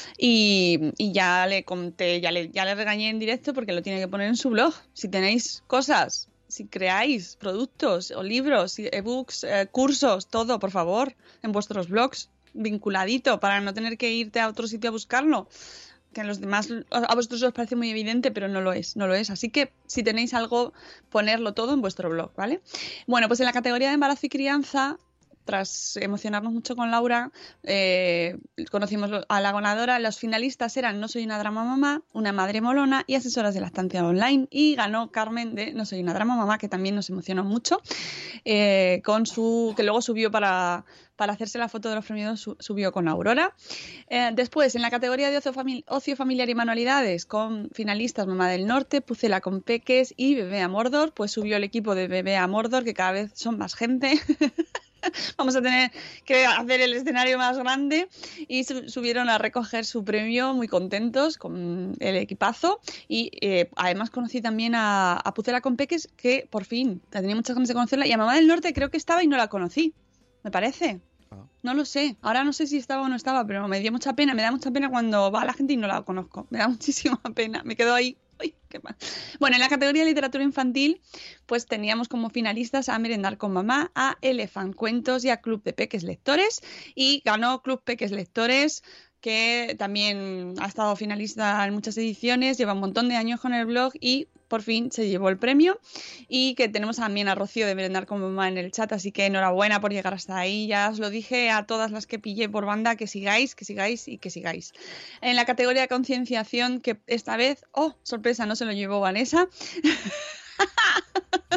y, y ya le conté, ya le, ya le regañé en directo porque lo tiene que poner en su blog. Si tenéis cosas, si creáis productos o libros, ebooks, eh, cursos, todo, por favor, en vuestros blogs, vinculadito, para no tener que irte a otro sitio a buscarlo, que a los demás, a vosotros os parece muy evidente, pero no lo es, no lo es. Así que si tenéis algo, ponerlo todo en vuestro blog, ¿vale? Bueno, pues en la categoría de embarazo y crianza, tras emocionarnos mucho con Laura, eh, conocimos a la ganadora. Los finalistas eran No soy una drama mamá, Una madre molona y Asesoras de lactancia online. Y ganó Carmen de No soy una drama mamá, que también nos emocionó mucho, eh, con su que luego subió para, para hacerse la foto de los premiados, su, subió con Aurora. Eh, después, en la categoría de ocio, famili- ocio familiar y manualidades, con finalistas Mamá del Norte, Pucela con Peques y Bebé a Mordor, pues subió el equipo de Bebé a Mordor, que cada vez son más gente. Vamos a tener que hacer el escenario más grande y subieron a recoger su premio muy contentos con el equipazo y eh, además conocí también a, a Pucela con Peques, que por fin tenía muchas ganas de conocerla, y a Mamá del Norte creo que estaba y no la conocí, me parece. No lo sé, ahora no sé si estaba o no estaba, pero me dio mucha pena, me da mucha pena cuando va la gente y no la conozco, me da muchísima pena, me quedo ahí. Uy, qué mal. Bueno, en la categoría de literatura infantil, pues teníamos como finalistas a Merendar con Mamá, a Elefant Cuentos y a Club de Peques Lectores, y ganó Club Peques Lectores, que también ha estado finalista en muchas ediciones, lleva un montón de años con el blog y por fin se llevó el premio. Y que tenemos también a Rocío de Merendar con Mamá en el chat, así que enhorabuena por llegar hasta ahí. Ya os lo dije a todas las que pillé por banda, que sigáis, que sigáis y que sigáis. En la categoría de concienciación, que esta vez, oh, sorpresa, no se lo llevó Vanessa.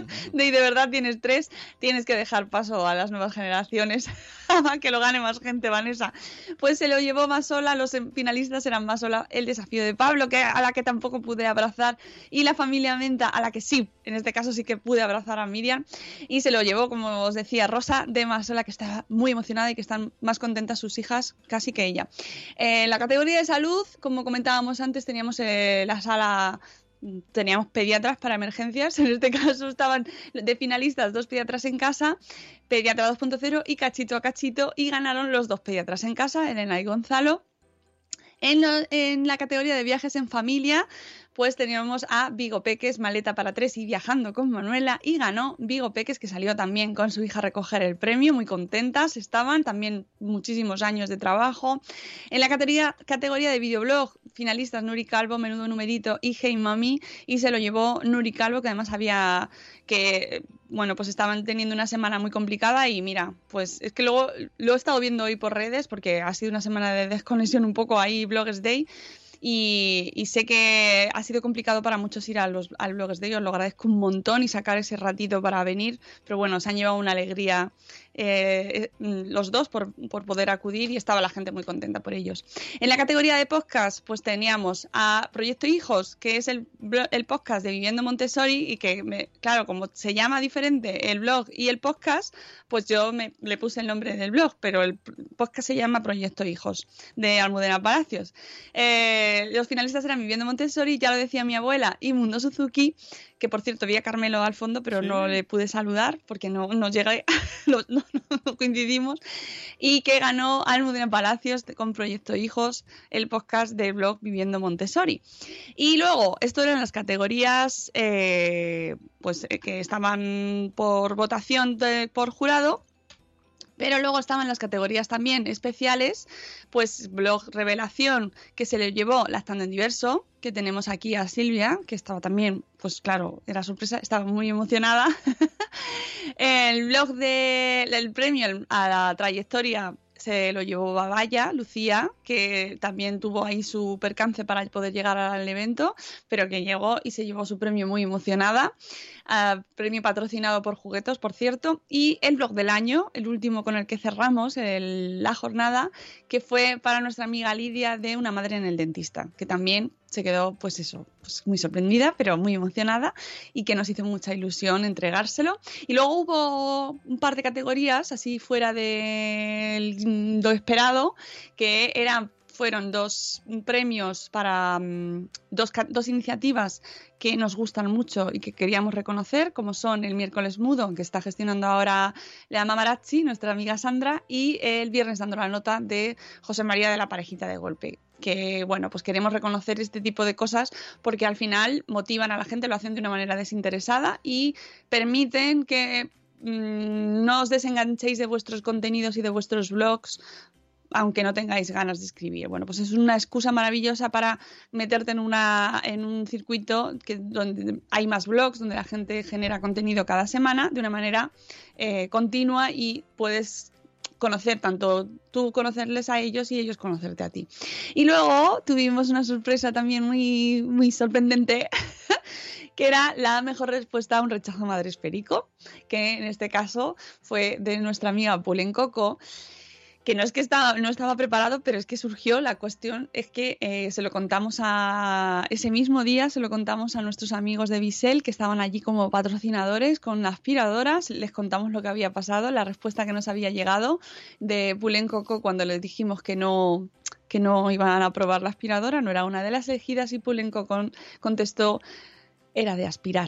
de, y de verdad tienes tres, tienes que dejar paso a las nuevas generaciones, a que lo gane más gente, Vanessa. Pues se lo llevó Masola, los finalistas eran Masola, El desafío de Pablo, que a la que tampoco pude abrazar, y La familia Menta, a la que sí, en este caso sí que pude abrazar a Miriam, y se lo llevó, como os decía, Rosa de Masola, que estaba muy emocionada y que están más contentas sus hijas casi que ella. Eh, en la categoría de salud, como comentábamos antes, teníamos eh, la sala... Teníamos pediatras para emergencias, en este caso estaban de finalistas dos pediatras en casa, Pediatra dos punto cero y Cachito a Cachito, y ganaron los dos pediatras en casa, Elena y Gonzalo. En, lo, en la categoría de viajes en familia, pues teníamos a Vigo Peques, Maleta para tres y Viajando con Manuela, y ganó Vigo Peques, que salió también con su hija a recoger el premio, muy contentas estaban, también muchísimos años de trabajo. En la categoría, categoría de videoblog, finalistas Nuri Calvo, Menudo Numerito y Hey Mami, y se lo llevó Nuri Calvo, que además había que, bueno, pues estaban teniendo una semana muy complicada, y mira, pues es que luego lo he estado viendo hoy por redes, porque ha sido una semana de desconexión un poco ahí, Bloggers Day, Y, y sé que ha sido complicado para muchos ir a los, al Bloggers Day, os lo agradezco un montón, y sacar ese ratito para venir, pero bueno, se han llevado una alegría eh, los dos por, por poder acudir, y estaba la gente muy contenta por ellos. En la categoría de podcast, pues teníamos a Proyecto Hijos, que es el, el podcast de Viviendo Montessori, y que, me, claro, como se llama diferente el blog y el podcast, pues yo me, le puse el nombre del blog, pero el podcast se llama Proyecto Hijos, de Almudena Palacios. Eh, Los finalistas eran Viviendo Montessori, ya lo decía mi abuela, y Mundo Suzuki, que por cierto vi a Carmelo al fondo, pero sí, no le pude saludar porque no, no llegué, no, no, no coincidimos, y que ganó Almudena Palacios con Proyecto Hijos, el podcast del blog Viviendo Montessori. Y luego, esto eran las categorías eh, pues eh, que estaban por votación de, por jurado. Pero luego estaban las categorías también especiales, pues blog revelación, que se le llevó Lactando en Diverso, que tenemos aquí a Silvia, que estaba también, pues claro, era sorpresa, estaba muy emocionada. El blog del premio a la trayectoria se lo llevó Babaya, Lucía, que también tuvo ahí su percance para poder llegar al evento, pero que llegó y se llevó su premio muy emocionada. Uh, premio patrocinado por Juguetos, por cierto. Y el blog del año, el último con el que cerramos el, la jornada, que fue para nuestra amiga Lidia, de Una madre en el dentista, que también se quedó, pues eso, pues muy sorprendida, pero muy emocionada, y que nos hizo mucha ilusión entregárselo. Y luego hubo un par de categorías así fuera de lo esperado, que eran fueron dos premios para um, dos, dos iniciativas que nos gustan mucho y que queríamos reconocer, como son el Miércoles Mudo, que está gestionando ahora la Mamarazzi, nuestra amiga Sandra, y el Viernes Dando la Nota, de José María de la Parejita de Golpe. Que, bueno, pues queremos reconocer este tipo de cosas porque al final motivan a la gente, lo hacen de una manera desinteresada y permiten que mmm, no os desenganchéis de vuestros contenidos y de vuestros blogs, aunque no tengáis ganas de escribir. Bueno, pues es una excusa maravillosa para meterte en una en un circuito que, donde hay más blogs, donde la gente genera contenido cada semana de una manera eh, continua, y puedes conocer, tanto tú conocerles a ellos y ellos conocerte a ti. Y luego tuvimos una sorpresa también muy, muy sorprendente, que era la mejor respuesta a un rechazo madresférico, que en este caso fue de nuestra amiga Pulen Coco, que no es que estaba, no estaba preparado, pero es que surgió la cuestión, es que eh, se lo contamos a ese mismo día, se lo contamos a nuestros amigos de Bisel, que estaban allí como patrocinadores con aspiradoras, les contamos lo que había pasado, la respuesta que nos había llegado de Pulen Coco cuando les dijimos que no, que no iban a probar la aspiradora, no era una de las elegidas, y Pulen Coco contestó, era de aspirar.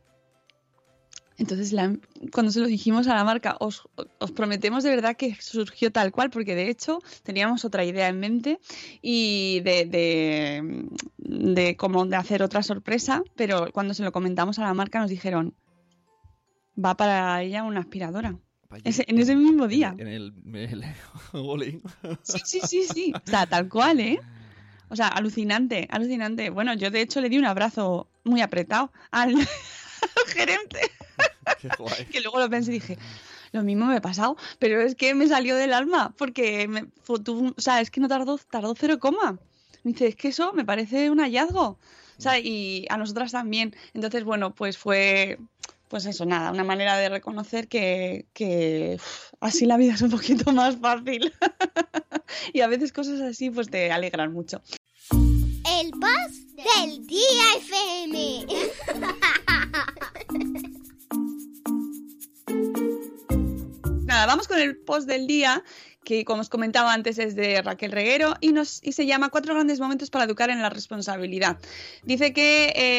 Entonces, la, cuando se lo dijimos a la marca, os, os prometemos de verdad que surgió tal cual, porque de hecho teníamos otra idea en mente y de, de, de cómo de hacer otra sorpresa, pero cuando se lo comentamos a la marca nos dijeron, va para ella una aspiradora. Ese, en ese mismo día. En el, en el, el sí, sí, sí, sí. O sea, tal cual, ¿eh? O sea, alucinante, alucinante. Bueno, yo de hecho le di un abrazo muy apretado al, al gerente. Qué guay. Que luego lo pensé y dije, lo mismo me ha pasado, pero es que me salió del alma, porque me, tu, o sea, es que no tardó, tardó cero coma. Me dice, es que eso me parece un hallazgo. O sea, y a nosotras también. Entonces, bueno, pues fue, pues eso, nada, una manera de reconocer que, que uf, así la vida es un poquito más fácil. Y a veces cosas así pues te alegran mucho. El post del día F M. Nada, vamos con el post del día, que como os comentaba antes es de Raquel Reguero y, nos, y se llama Cuatro grandes momentos para educar en la responsabilidad. Dice que eh,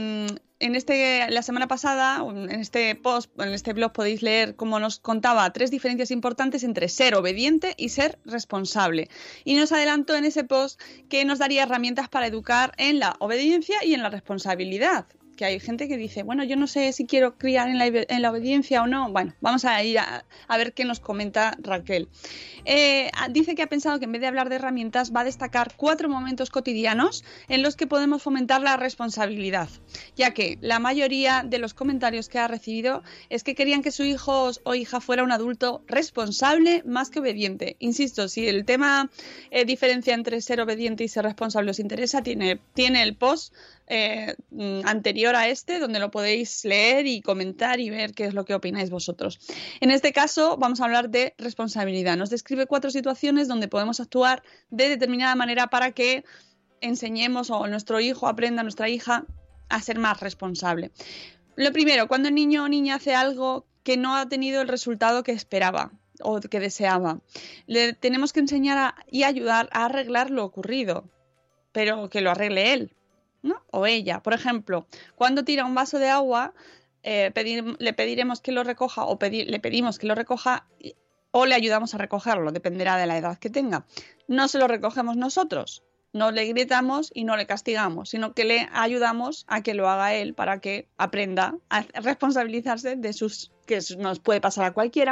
en este, la semana pasada, en este post, en este blog podéis leer cómo nos contaba tres diferencias importantes entre ser obediente y ser responsable. Y nos adelantó en ese post que nos daría herramientas para educar en la obediencia y en la responsabilidad. Que hay gente que dice, bueno, yo no sé si quiero criar en la, en la obediencia o no. Bueno, vamos a ir a, a ver qué nos comenta Raquel. Eh, dice que ha pensado que en vez de hablar de herramientas va a destacar cuatro momentos cotidianos en los que podemos fomentar la responsabilidad, ya que la mayoría de los comentarios que ha recibido es que querían que su hijo o hija fuera un adulto responsable más que obediente. Insisto, si el tema eh, diferencia entre ser obediente y ser responsable os interesa, tiene, tiene el post Eh, anterior a este, donde lo podéis leer y comentar y ver qué es lo que opináis vosotros. En este caso vamos a hablar de responsabilidad. Nos describe cuatro situaciones donde podemos actuar de determinada manera para que enseñemos o nuestro hijo aprenda, nuestra hija, a ser más responsable. Lo primero, cuando el niño o niña hace algo que no ha tenido el resultado que esperaba o que deseaba, le tenemos que enseñar a, y ayudar a arreglar lo ocurrido, pero que lo arregle él, ¿no? O ella. Por ejemplo, cuando tira un vaso de agua, eh, pedir, le pediremos que lo recoja o pedir, le pedimos que lo recoja o le ayudamos a recogerlo, dependerá de la edad que tenga. No se lo recogemos nosotros, no le gritamos y no le castigamos, sino que le ayudamos a que lo haga él para que aprenda a responsabilizarse de sus, que nos puede pasar a cualquiera,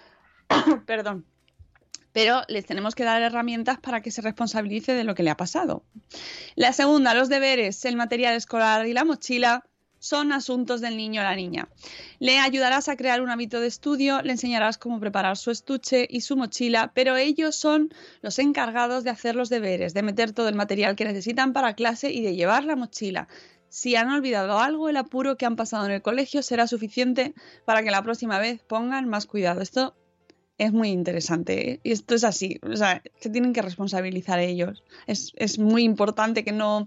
perdón. Pero les tenemos que dar herramientas para que se responsabilice de lo que le ha pasado. La segunda, los deberes, el material escolar y la mochila son asuntos del niño o la niña. Le ayudarás a crear un hábito de estudio, le enseñarás cómo preparar su estuche y su mochila, pero ellos son los encargados de hacer los deberes, de meter todo el material que necesitan para clase y de llevar la mochila. Si han olvidado algo, el apuro que han pasado en el colegio será suficiente para que la próxima vez pongan más cuidado. Esto es muy interesante, ¿eh? Y esto es así, o sea, se tienen que responsabilizar ellos. Es, es muy importante que no,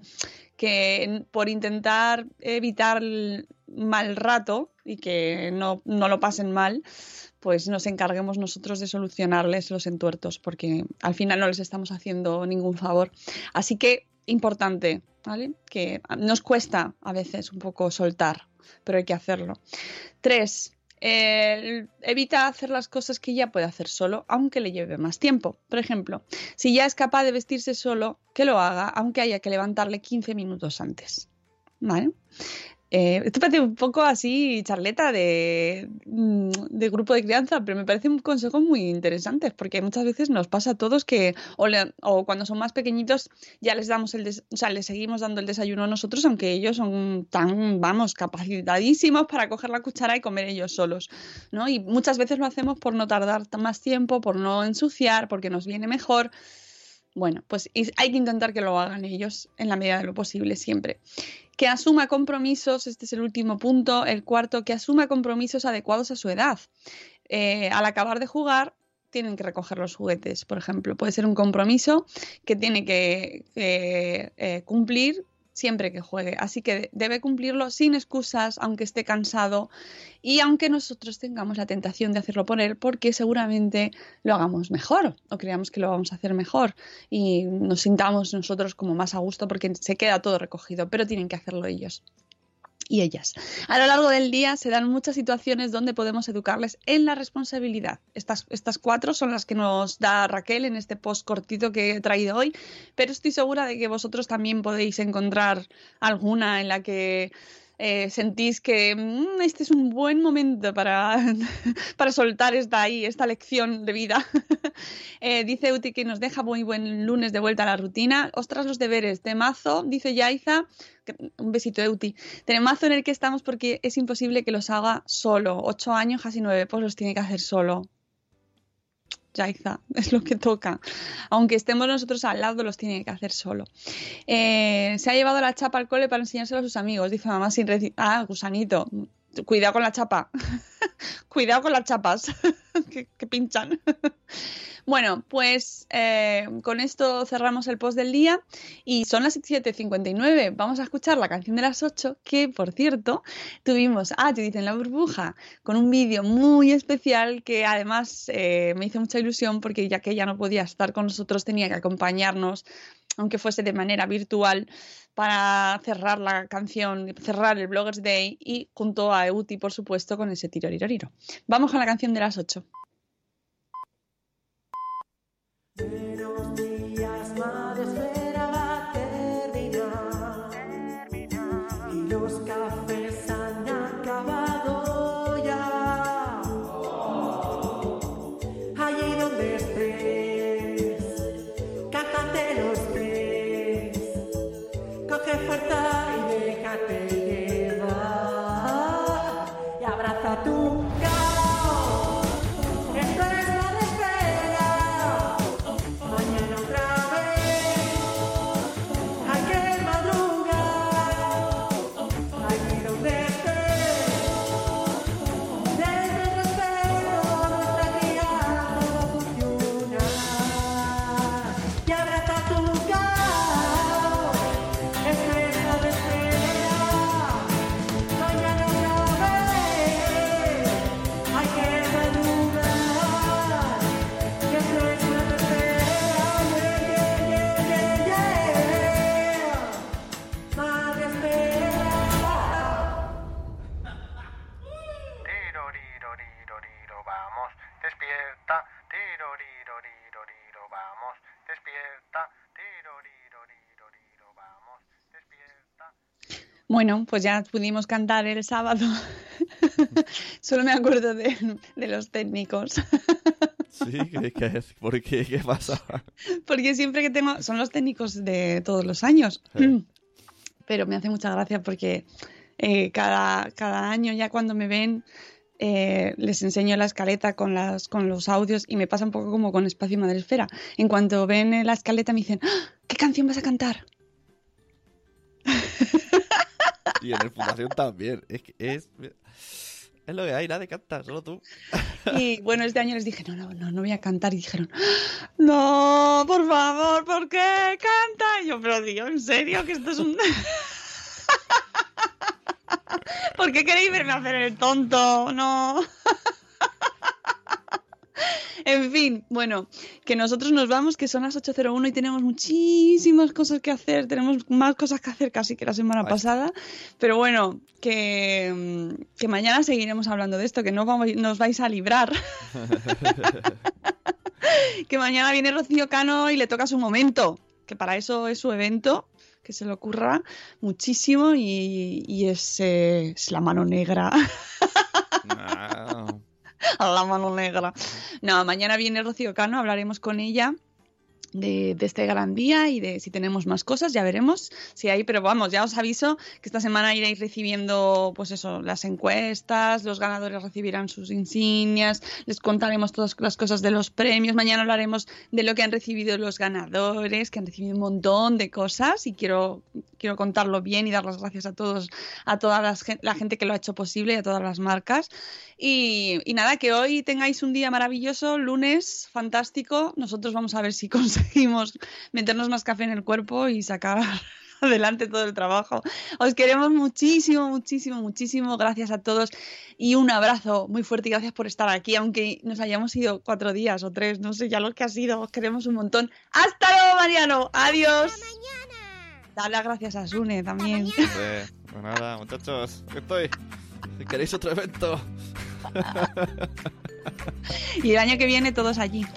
que por intentar evitar el mal rato y que no, no lo pasen mal, pues nos encarguemos nosotros de solucionarles los entuertos, porque al final no les estamos haciendo ningún favor. Así que, importante, ¿vale? Que nos cuesta a veces un poco soltar, pero hay que hacerlo. Tres. Eh, evita hacer las cosas que ya puede hacer solo, aunque le lleve más tiempo. Por ejemplo, si ya es capaz de vestirse solo, que lo haga, aunque haya que levantarle quince minutos antes. ¿Vale? Eh, esto parece un poco así charleta de, de grupo de crianza, pero me parece un consejo muy interesante, porque muchas veces nos pasa a todos que o, le, o cuando son más pequeñitos ya les damos el des, o sea, les seguimos dando el desayuno nosotros, aunque ellos son tan, vamos, capacitadísimos para coger la cuchara y comer ellos solos, ¿no? Y muchas veces lo hacemos por no tardar más tiempo, por no ensuciar, porque nos viene mejor. Bueno, pues hay que intentar que lo hagan ellos en la medida de lo posible siempre. Que asuma compromisos, este es el último punto. El cuarto, que asuma compromisos adecuados a su edad. Eh, al acabar de jugar, tienen que recoger los juguetes, por ejemplo. Puede ser un compromiso que tiene que eh, eh, cumplir siempre que juegue. Así que debe cumplirlo sin excusas, aunque esté cansado y aunque nosotros tengamos la tentación de hacerlo por él, porque seguramente lo hagamos mejor o creamos que lo vamos a hacer mejor y nos sintamos nosotros como más a gusto porque se queda todo recogido, pero tienen que hacerlo ellos y ellas. A lo largo del día se dan muchas situaciones donde podemos educarles en la responsabilidad. Estas, estas cuatro son las que nos da Raquel en este post cortito que he traído hoy, pero estoy segura de que vosotros también podéis encontrar alguna en la que eh, sentís que mmm, este es un buen momento para, para soltar esta, ahí, esta lección de vida. eh, dice Uti que nos deja muy buen lunes de vuelta a la rutina. Ostras, los deberes, temazo, dice Yaiza. Un besito, Euti. Temazo en el que estamos porque es imposible que los haga solo. Ocho años, casi nueve, pues los tiene que hacer solo. Yaiza, es lo que toca. Aunque estemos nosotros al lado, los tiene que hacer solo. Eh, se ha llevado la chapa al cole para enseñárselo a sus amigos, dice mamá sin recibir. Ah, gusanito. Cuidado con la chapa. Cuidado con las chapas que, que pinchan. Bueno, pues eh, con esto cerramos el post del día y son las siete cincuenta y nueve. Vamos a escuchar la canción de las ocho, que por cierto tuvimos a Judith en la burbuja con un vídeo muy especial que además eh, me hizo mucha ilusión porque ya que ella no podía estar con nosotros tenía que acompañarnos, aunque fuese de manera virtual, para cerrar la canción, cerrar el Bloggers Day y junto a Euti, por supuesto, con ese tiroriroriro. Vamos con la canción de las ocho. Buenos días, Madresfera va a terminar, terminar. Y los cafés han acabado ya. Oh. Allí donde estés, cántate los tres, coge fuerza y déjate llevar y abraza tu caos. Esto es Madresfera. Mañana otra vez hay que madrugar, allí donde estés, desde el respeto a nuestra guía todo funciona. Y abraza tu caos, esto es Madresfera. Mañana otra vez hay que madrugar, que esto es Madresfera. Tiroriroriroririro, vamos, despierta. Tiroriroriroririro, vamos, despierta. Tiroriroriroririro, vamos, despierta. Bueno, pues ya pudimos cantar el sábado. Solo me acuerdo de, de los técnicos. Sí, ¿qué, qué, ¿por qué? ¿Qué pasa? Porque siempre que tengo... Son los técnicos de todos los años. Sí. Pero me hace mucha gracia porque eh, cada, cada año ya cuando me ven eh, les enseño la escaleta con, las, con los audios y me pasa un poco como con Espacio Madresfera. En cuanto ven la escaleta me dicen ¡ah! ¿Qué canción vas a cantar? Y en el Fundación también. Es que es... Es lo que hay, nadie canta, solo tú. Y bueno, este año les dije, no, no, no, no voy a cantar. Y dijeron, no, por favor, ¿por qué canta? Y yo, pero tío, ¿en serio? Que esto es un... ¿Por qué queréis verme hacer el tonto? No. En fin, bueno, que nosotros nos vamos, que son las ocho cero uno y tenemos muchísimas cosas que hacer, tenemos más cosas que hacer casi que la semana Ay. pasada, pero bueno, que, que mañana seguiremos hablando de esto, que no vamos, nos vais a librar. Que mañana viene Rocío Cano y le toca su momento, que para eso es su evento, que se le ocurra muchísimo y, y es, eh, es la mano negra. No. A la mano negra. No, mañana viene Rocío Cano, hablaremos con ella de, de este gran día y de si tenemos más cosas, ya veremos si hay, pero vamos, ya os aviso que esta semana iréis recibiendo, pues eso, las encuestas, los ganadores recibirán sus insignias, les contaremos todas las cosas de los premios, mañana hablaremos de lo que han recibido los ganadores, que han recibido un montón de cosas y quiero, quiero contarlo bien y dar las gracias a todos, a toda las, la gente que lo ha hecho posible y a todas las marcas. Y, y nada, que hoy tengáis un día maravilloso, lunes fantástico. Nosotros vamos a ver si conseguimos meternos más café en el cuerpo y sacar adelante todo el trabajo. Os queremos muchísimo, muchísimo, muchísimo. Gracias a todos y un abrazo muy fuerte y gracias por estar aquí, aunque nos hayamos ido cuatro días o tres, no sé ya lo que ha sido. Os queremos un montón. ¡Hasta luego, Mariano! ¡Adiós! ¡Hasta mañana! Dale las gracias a Sune también. Eh, pues nada, muchachos, aquí estoy. Si queréis otro evento. Y el año que viene todos allí.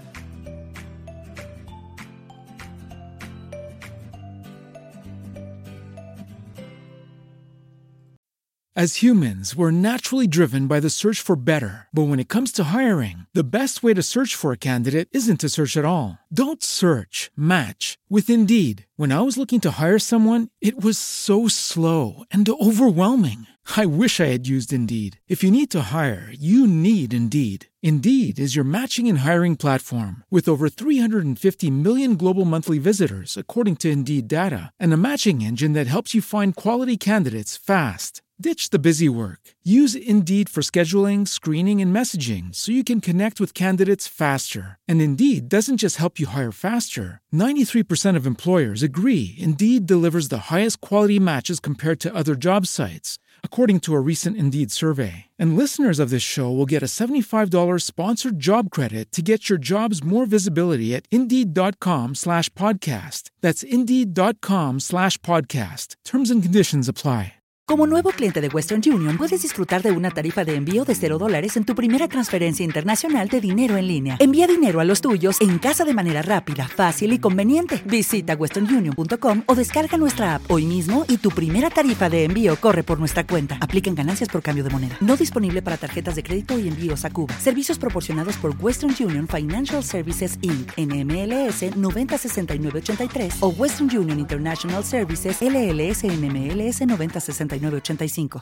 As humans, we're naturally driven by the search for better. But when it comes to hiring, the best way to search for a candidate isn't to search at all. Don't search, match with Indeed. When I was looking to hire someone, it was so slow and overwhelming. I wish I had used Indeed. If you need to hire, you need Indeed. Indeed is your matching and hiring platform with over three hundred fifty million global monthly visitors, according to Indeed data, and a matching engine that helps you find quality candidates fast. Ditch the busy work. Use Indeed for scheduling, screening, and messaging so you can connect with candidates faster. And Indeed doesn't just help you hire faster. ninety-three percent of employers agree Indeed delivers the highest quality matches compared to other job sites, according to a recent Indeed survey. And listeners of this show will get a seventy-five dollars sponsored job credit to get your jobs more visibility at Indeed.com slash podcast. That's Indeed.com slash podcast. Terms and conditions apply. Como nuevo cliente de Western Union, puedes disfrutar de una tarifa de envío de cero dólares en tu primera transferencia internacional de dinero en línea. Envía dinero a los tuyos en casa de manera rápida, fácil y conveniente. Visita western union punto com o descarga nuestra app hoy mismo y tu primera tarifa de envío corre por nuestra cuenta. Aplican ganancias por cambio de moneda. No disponible para tarjetas de crédito y envíos a Cuba. Servicios proporcionados por Western Union Financial Services incorporated. N M L S noventa sesenta y nueve ochenta y tres o Western Union International Services L L S N M L S noventa sesenta y nueve ochenta y cinco.